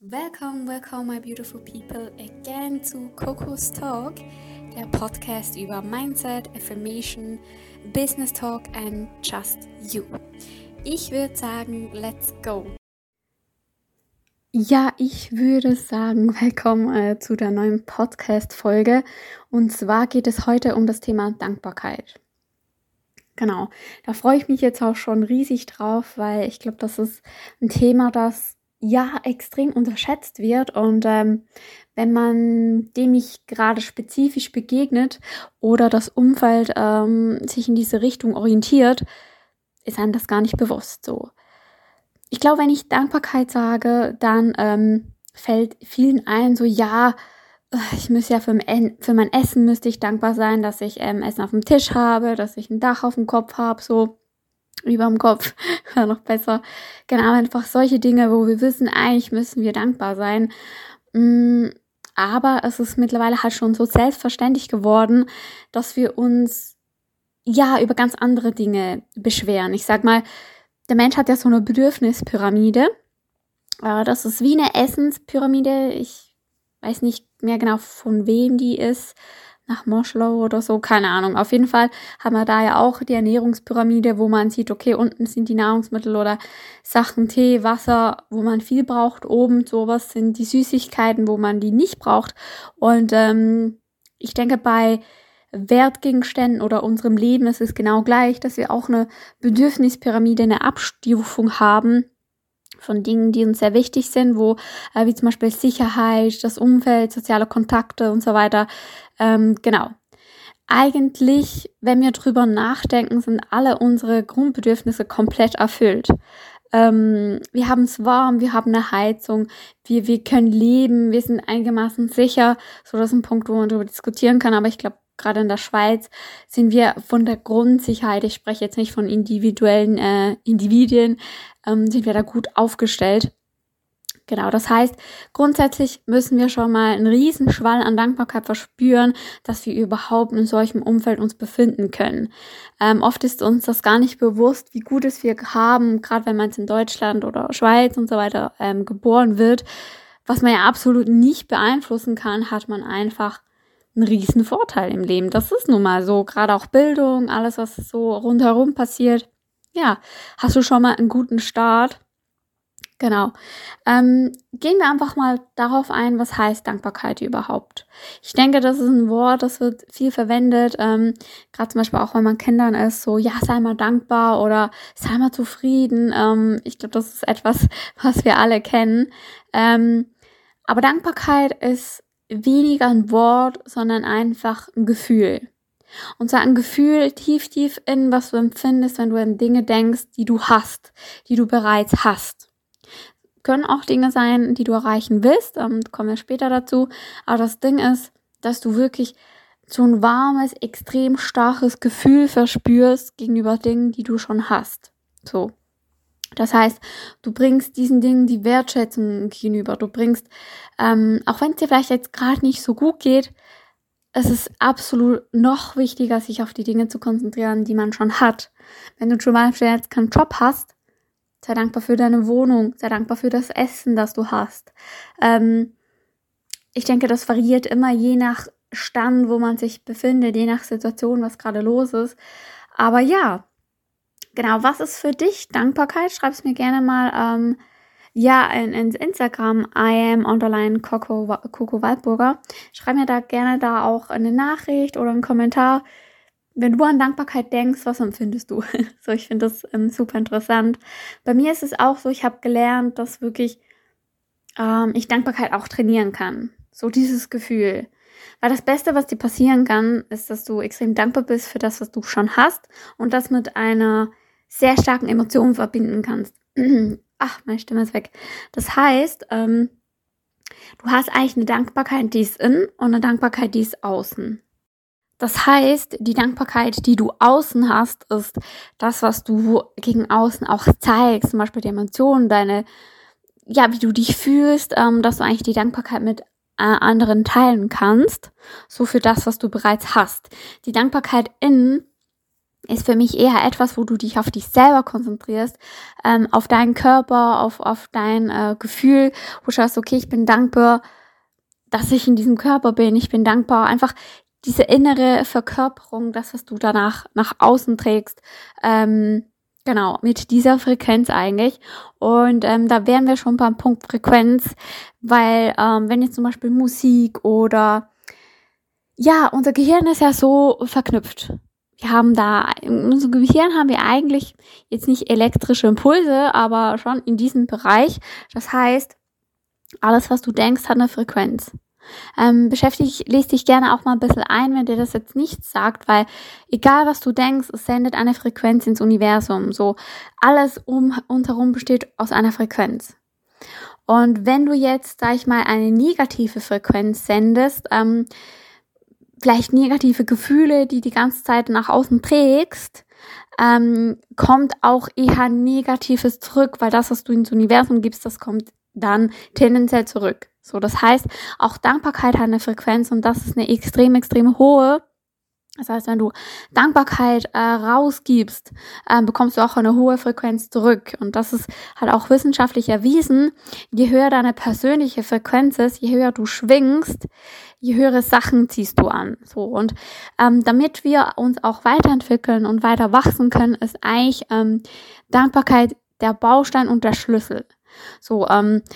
Welcome my beautiful people again zu Coco's Talk, der Podcast über Mindset, Affirmation, Business Talk and Just You. Ich würde sagen, let's go. Ja, ich würde sagen, willkommen zu der neuen Podcast-Folge. Und zwar geht es heute um das Thema Dankbarkeit. Genau, da freue ich mich jetzt auch schon riesig drauf, weil ich glaube, das ist ein Thema, das extrem unterschätzt wird und wenn man dem nicht gerade spezifisch begegnet oder das Umfeld sich in diese Richtung orientiert, ist einem das gar nicht bewusst so. Ich glaube, wenn ich Dankbarkeit sage, dann fällt vielen ein, so ich müsste ja für mein Essen müsste ich dankbar sein, dass ich Essen auf dem Tisch habe, dass ich ein Dach auf dem Kopf habe, so über dem Kopf, wäre noch besser. Genau, einfach solche Dinge, wo wir wissen, eigentlich müssen wir dankbar sein. Aber es ist mittlerweile halt schon so selbstverständlich geworden, dass wir uns über ganz andere Dinge beschweren. Ich sag mal, der Mensch hat ja so eine Bedürfnispyramide. Das ist wie eine Essenspyramide. Ich weiß nicht mehr genau, von wem die ist. Nach Maslow oder so, keine Ahnung. Auf jeden Fall haben wir da ja auch die Ernährungspyramide, wo man sieht, okay, unten sind die Nahrungsmittel oder Sachen, Tee, Wasser, wo man viel braucht. Oben sowas sind die Süßigkeiten, wo man die nicht braucht. Und ich denke, bei Wertgegenständen oder unserem Leben ist es genau gleich, dass wir auch eine Bedürfnispyramide, eine Abstufung haben von Dingen, die uns sehr wichtig sind, wo wie zum Beispiel Sicherheit, das Umfeld, soziale Kontakte und so weiter. Genau. Eigentlich, wenn wir drüber nachdenken, sind alle unsere Grundbedürfnisse komplett erfüllt. Wir haben es warm, wir haben eine Heizung, wir können leben, wir sind einigermaßen sicher. So, das ist ein Punkt, wo man darüber diskutieren kann, aber ich glaube, gerade in der Schweiz sind wir von der Grundsicherheit, ich spreche jetzt nicht von individuellen Individuen, sind wir da gut aufgestellt. Genau, das heißt, grundsätzlich müssen wir schon mal einen riesen Schwall an Dankbarkeit verspüren, dass wir überhaupt in solchem Umfeld uns befinden können. Oft ist uns das gar nicht bewusst, wie gut es wir haben, gerade wenn man in Deutschland oder Schweiz und so weiter geboren wird. Was man ja absolut nicht beeinflussen kann, hat man einfach einen riesen Vorteil im Leben. Das ist nun mal so, gerade auch Bildung, alles, was so rundherum passiert. Ja, hast du schon mal einen guten Start. Genau. Gehen wir einfach mal darauf ein, was heißt Dankbarkeit überhaupt. Ich denke, das ist ein Wort, das wird viel verwendet, gerade zum Beispiel auch, wenn man Kindern ist, so, sei mal dankbar oder sei mal zufrieden. Ich glaube, das ist etwas, was wir alle kennen. Aber Dankbarkeit ist weniger ein Wort, sondern einfach ein Gefühl. Und zwar ein Gefühl tief in, was du empfindest, wenn du an Dinge denkst, die du hast, die du bereits hast. Können auch Dinge sein, die du erreichen willst, kommen wir später dazu. Aber das Ding ist, dass du wirklich so ein warmes, extrem starkes Gefühl verspürst gegenüber Dingen, die du schon hast. So. Das heißt, du bringst diesen Dingen die Wertschätzung gegenüber. Du bringst, auch wenn es dir vielleicht jetzt gerade nicht so gut geht, es ist absolut noch wichtiger, sich auf die Dinge zu konzentrieren, die man schon hat. Wenn du zum Beispiel jetzt keinen Job hast, sei dankbar für deine Wohnung, sei dankbar für das Essen, das du hast. Ich denke, das variiert immer je nach Stand, wo man sich befindet, je nach Situation, was gerade los ist. Aber ja, genau, was ist für dich Dankbarkeit? Schreib es mir gerne mal ins Instagram, @Coco Waldburger. Schreib mir da gerne auch eine Nachricht oder einen Kommentar. Wenn du an Dankbarkeit denkst, was empfindest du? So, ich finde das super interessant. Bei mir ist es auch so, ich habe gelernt, dass wirklich ich Dankbarkeit auch trainieren kann. So dieses Gefühl. Weil das Beste, was dir passieren kann, ist, dass du extrem dankbar bist für das, was du schon hast und das mit einer sehr starken Emotion verbinden kannst. Ach, meine Stimme ist weg. Das heißt, du hast eigentlich eine Dankbarkeit, die ist innen und eine Dankbarkeit, die ist außen. Das heißt, die Dankbarkeit, die du außen hast, ist das, was du gegen außen auch zeigst, zum Beispiel die Emotionen, wie du dich fühlst, dass du eigentlich die Dankbarkeit mit anderen teilen kannst, so für das, was du bereits hast. Die Dankbarkeit innen ist für mich eher etwas, wo du dich auf dich selber konzentrierst, auf deinen Körper, auf dein Gefühl, wo du schaust, okay, ich bin dankbar, dass ich in diesem Körper bin, ich bin dankbar, einfach diese innere Verkörperung, das, was du danach nach außen trägst, genau, mit dieser Frequenz eigentlich. Und da wären wir schon beim Punkt Frequenz, weil wenn jetzt zum Beispiel Musik oder, ja, unser Gehirn ist ja so verknüpft. Wir haben da, in unserem Gehirn haben wir eigentlich jetzt nicht elektrische Impulse, aber schon in diesem Bereich. Das heißt, alles, was du denkst, hat eine Frequenz. Lest dich gerne auch mal ein bisschen ein, wenn dir das jetzt nichts sagt, weil egal, was du denkst, es sendet eine Frequenz ins Universum. So, alles um uns herum besteht aus einer Frequenz. Und wenn du jetzt, sag ich mal, eine negative Frequenz sendest, vielleicht negative Gefühle, die ganze Zeit nach außen trägst, kommt auch eher Negatives zurück, weil das, was du ins Universum gibst, das kommt dann tendenziell zurück. So, das heißt, auch Dankbarkeit hat eine Frequenz und das ist eine extrem, extrem hohe. Das heißt, wenn du Dankbarkeit rausgibst, bekommst du auch eine hohe Frequenz zurück. Und das ist halt auch wissenschaftlich erwiesen. Je höher deine persönliche Frequenz ist, je höher du schwingst, je höhere Sachen ziehst du an. So, und damit wir uns auch weiterentwickeln und weiter wachsen können, ist eigentlich Dankbarkeit der Baustein und der Schlüssel. So,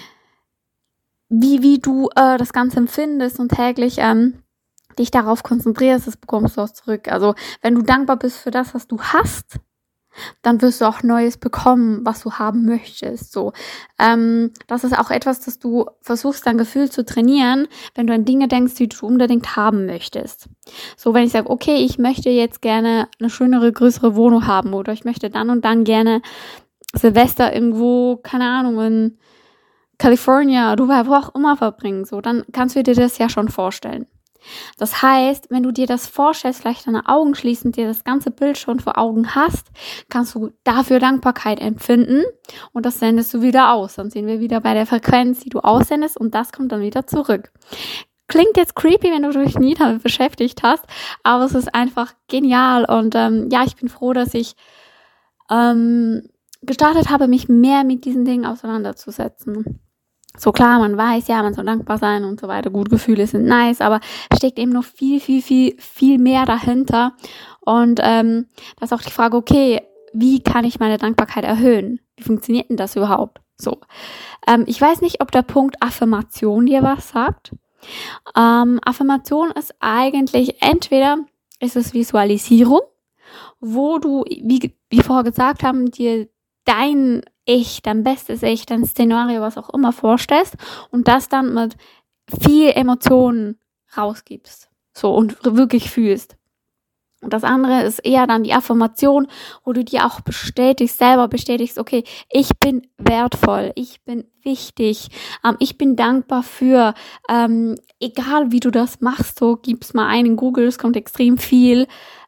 wie du das Ganze empfindest und täglich dich darauf konzentrierst, das bekommst du auch zurück. Also wenn du dankbar bist für das, was du hast, dann wirst du auch Neues bekommen, was du haben möchtest. So, das ist auch etwas, das du versuchst, dein Gefühl zu trainieren, wenn du an Dinge denkst, die du unbedingt haben möchtest. So, wenn ich sage, okay, ich möchte jetzt gerne eine schönere, größere Wohnung haben oder ich möchte dann und dann gerne Silvester irgendwo, keine Ahnung, in California, Dubai, wo auch immer verbringen. So, dann kannst du dir das ja schon vorstellen. Das heißt, wenn du dir das vorstellst, vielleicht deine Augen schließen, dir das ganze Bild schon vor Augen hast, kannst du dafür Dankbarkeit empfinden und das sendest du wieder aus. Dann sind wir wieder bei der Frequenz, die du aussendest und das kommt dann wieder zurück. Klingt jetzt creepy, wenn du dich nie damit beschäftigt hast, aber es ist einfach genial und ja, ich bin froh, dass ich gestartet habe, mich mehr mit diesen Dingen auseinanderzusetzen. So klar, man weiß, ja, man soll dankbar sein und so weiter, gute Gefühle sind nice, aber steckt eben noch viel mehr dahinter. Und das ist auch die Frage, okay, wie kann ich meine Dankbarkeit erhöhen? Wie funktioniert denn das überhaupt? So, ich weiß nicht, ob der Punkt Affirmation dir was sagt. Affirmation ist eigentlich, entweder ist es Visualisierung, wo du, wie vorher gesagt haben, dir dein Ich, dein bestes Ich, dein Szenario, was auch immer vorstellst und das dann mit viel Emotionen rausgibst. So, und wirklich fühlst. Und das andere ist eher dann die Affirmation, wo du dir auch selber bestätigst, okay, ich bin wertvoll, ich bin wichtig, ich bin dankbar für, egal wie du das machst, so gib's mal ein in Google, es kommt extrem viel,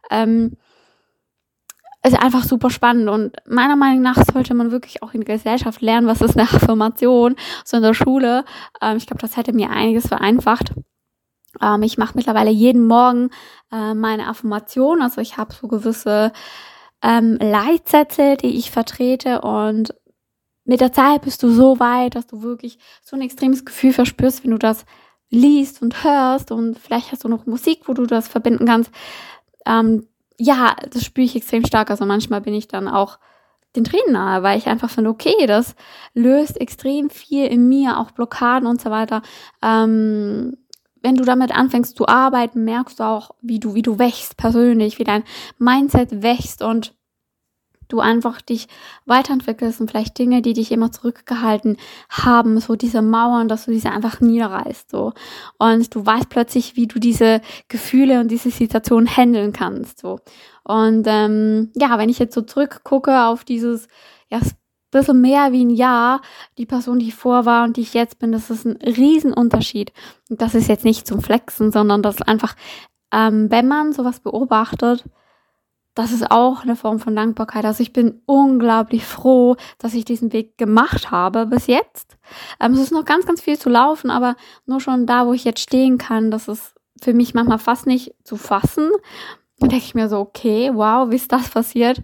ist einfach super spannend und meiner Meinung nach sollte man wirklich auch in der Gesellschaft lernen, was ist eine Affirmation, so in der Schule. Ich glaube, das hätte mir einiges vereinfacht. Ich mache mittlerweile jeden Morgen meine Affirmation, also ich habe so gewisse Leitsätze, die ich vertrete und mit der Zeit bist du so weit, dass du wirklich so ein extremes Gefühl verspürst, wenn du das liest und hörst und vielleicht hast du noch Musik, wo du das verbinden kannst. Ja, das spüre ich extrem stark. Also manchmal bin ich dann auch den Tränen nahe, weil ich einfach finde, okay, das löst extrem viel in mir, auch Blockaden und so weiter. Wenn du damit anfängst zu arbeiten, merkst du auch, wie du wächst persönlich, wie dein Mindset wächst und du einfach dich weiterentwickelst und vielleicht Dinge, die dich immer zurückgehalten haben, so diese Mauern, dass du diese einfach niederreißt, so. Und du weißt plötzlich, wie du diese Gefühle und diese Situation handeln kannst, so. Und ja, wenn ich jetzt so zurückgucke auf dieses, ja, bisschen mehr wie ein Jahr, die Person, die ich vor war und die ich jetzt bin, das ist ein Riesenunterschied. Und das ist jetzt nicht zum Flexen, sondern das ist einfach, wenn man sowas beobachtet, das ist auch eine Form von Dankbarkeit. Also ich bin unglaublich froh, dass ich diesen Weg gemacht habe bis jetzt. Es ist noch ganz, ganz viel zu laufen, aber nur schon da, wo ich jetzt stehen kann, das ist für mich manchmal fast nicht zu fassen. Und denke ich mir so, okay, wow, wie ist das passiert?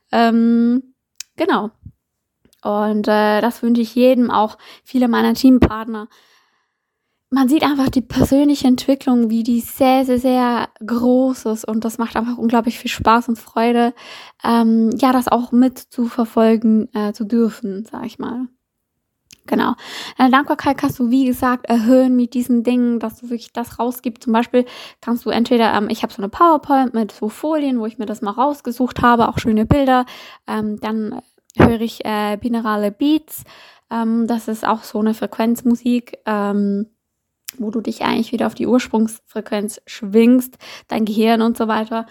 Genau. Und das wünsche ich jedem, auch viele meiner Teampartner. Man sieht einfach die persönliche Entwicklung, wie die sehr, sehr, sehr groß ist. Und das macht einfach unglaublich viel Spaß und Freude, das auch mitzuverfolgen zu dürfen, sag ich mal. Genau. Deine Dankbarkeit kannst du, wie gesagt, erhöhen mit diesen Dingen, dass du wirklich das rausgibst. Zum Beispiel kannst du entweder, ich habe so eine PowerPoint mit so Folien, wo ich mir das mal rausgesucht habe, auch schöne Bilder. Dann höre ich binaurale Beats. Das ist auch so eine Frequenzmusik, wo du dich eigentlich wieder auf die Ursprungsfrequenz schwingst, dein Gehirn und so weiter.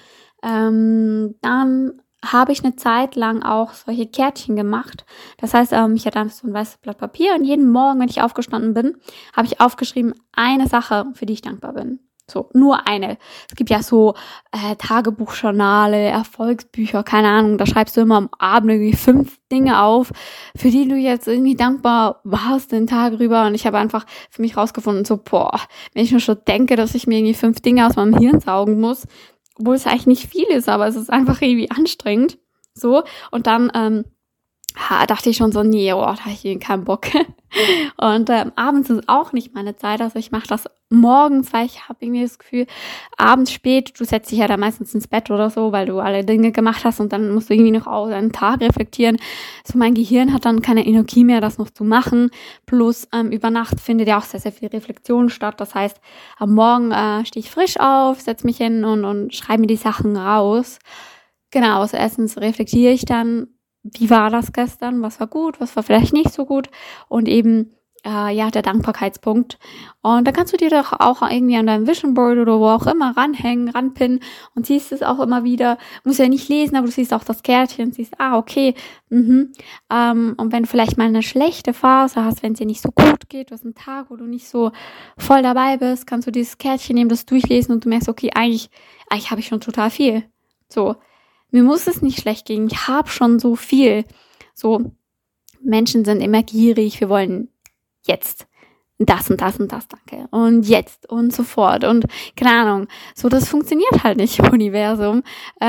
Dann habe ich eine Zeit lang auch solche Kärtchen gemacht. Das heißt, ich hatte einfach so ein weißes Blatt Papier und jeden Morgen, wenn ich aufgestanden bin, habe ich aufgeschrieben, eine Sache, für die ich dankbar bin. So, nur eine. Es gibt ja so Tagebuchjournale, Erfolgsbücher, keine Ahnung, da schreibst du immer am Abend irgendwie 5 Dinge auf, für die du jetzt irgendwie dankbar warst den Tag rüber. Und ich habe einfach für mich rausgefunden, so, wenn ich nur schon denke, dass ich mir irgendwie 5 Dinge aus meinem Hirn saugen muss, obwohl es eigentlich nicht viel ist, aber es ist einfach irgendwie anstrengend. So, und dann dachte ich schon so, nee, da habe ich irgendwie keinen Bock. Und abends ist auch nicht meine Zeit, also ich mache das morgens, weil ich habe irgendwie das Gefühl, abends spät, du setzt dich ja da meistens ins Bett oder so, weil du alle Dinge gemacht hast und dann musst du irgendwie noch auch deinen Tag reflektieren. So, mein Gehirn hat dann keine Energie mehr, das noch zu machen. Plus über Nacht findet ja auch sehr, sehr viel Reflexion statt. Das heißt, am Morgen stehe ich frisch auf, setze mich hin und schreibe mir die Sachen raus. Genau, also erstens reflektiere ich dann, wie war das gestern, was war gut, was war vielleicht nicht so gut und eben, der Dankbarkeitspunkt. Und da kannst du dir doch auch irgendwie an deinem Vision Board oder wo auch immer ranhängen, ranpinnen und siehst es auch immer wieder. Musst ja nicht lesen, aber du siehst auch das Kärtchen, siehst, okay, und wenn du vielleicht mal eine schlechte Phase hast, wenn es dir nicht so gut geht, du hast einen Tag, wo du nicht so voll dabei bist, kannst du dieses Kärtchen nehmen, das durchlesen und du merkst, okay, eigentlich habe ich schon total viel. So. Mir muss es nicht schlecht gehen, ich habe schon so viel. So, Menschen sind immer gierig, wir wollen jetzt das und das und das, danke. Und jetzt und sofort und keine Ahnung. So, das funktioniert halt nicht im Universum.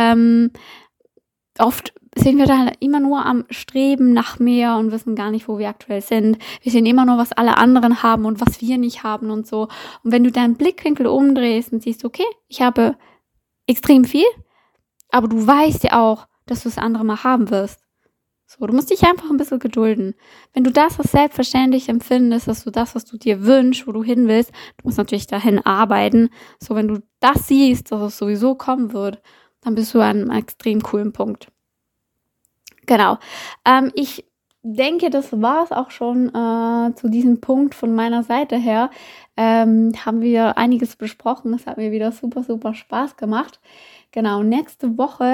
Oft sind wir da immer nur am Streben nach mehr und wissen gar nicht, wo wir aktuell sind. Wir sehen immer nur, was alle anderen haben und was wir nicht haben und so. Und wenn du deinen Blickwinkel umdrehst und siehst, okay, ich habe extrem viel, aber du weißt ja auch, dass du das andere mal haben wirst. So, du musst dich einfach ein bisschen gedulden. Wenn du das als selbstverständlich empfindest, dass du das, was du dir wünschst, wo du hin willst, du musst natürlich dahin arbeiten. So, wenn du das siehst, dass es sowieso kommen wird, dann bist du an einem extrem coolen Punkt. Genau. Ich denke, das war es auch schon zu diesem Punkt von meiner Seite her. Haben wir einiges besprochen. Es hat mir wieder super, super Spaß gemacht. Genau, nächste Woche,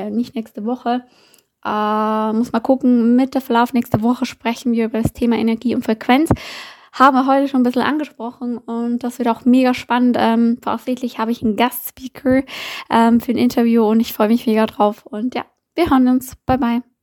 muss mal gucken, mit der Verlauf nächste Woche sprechen wir über das Thema Energie und Frequenz. Haben wir heute schon ein bisschen angesprochen und das wird auch mega spannend. Voraussichtlich habe ich einen Gastspeaker für ein Interview und ich freue mich mega drauf. Und ja, wir hören uns. Bye, bye.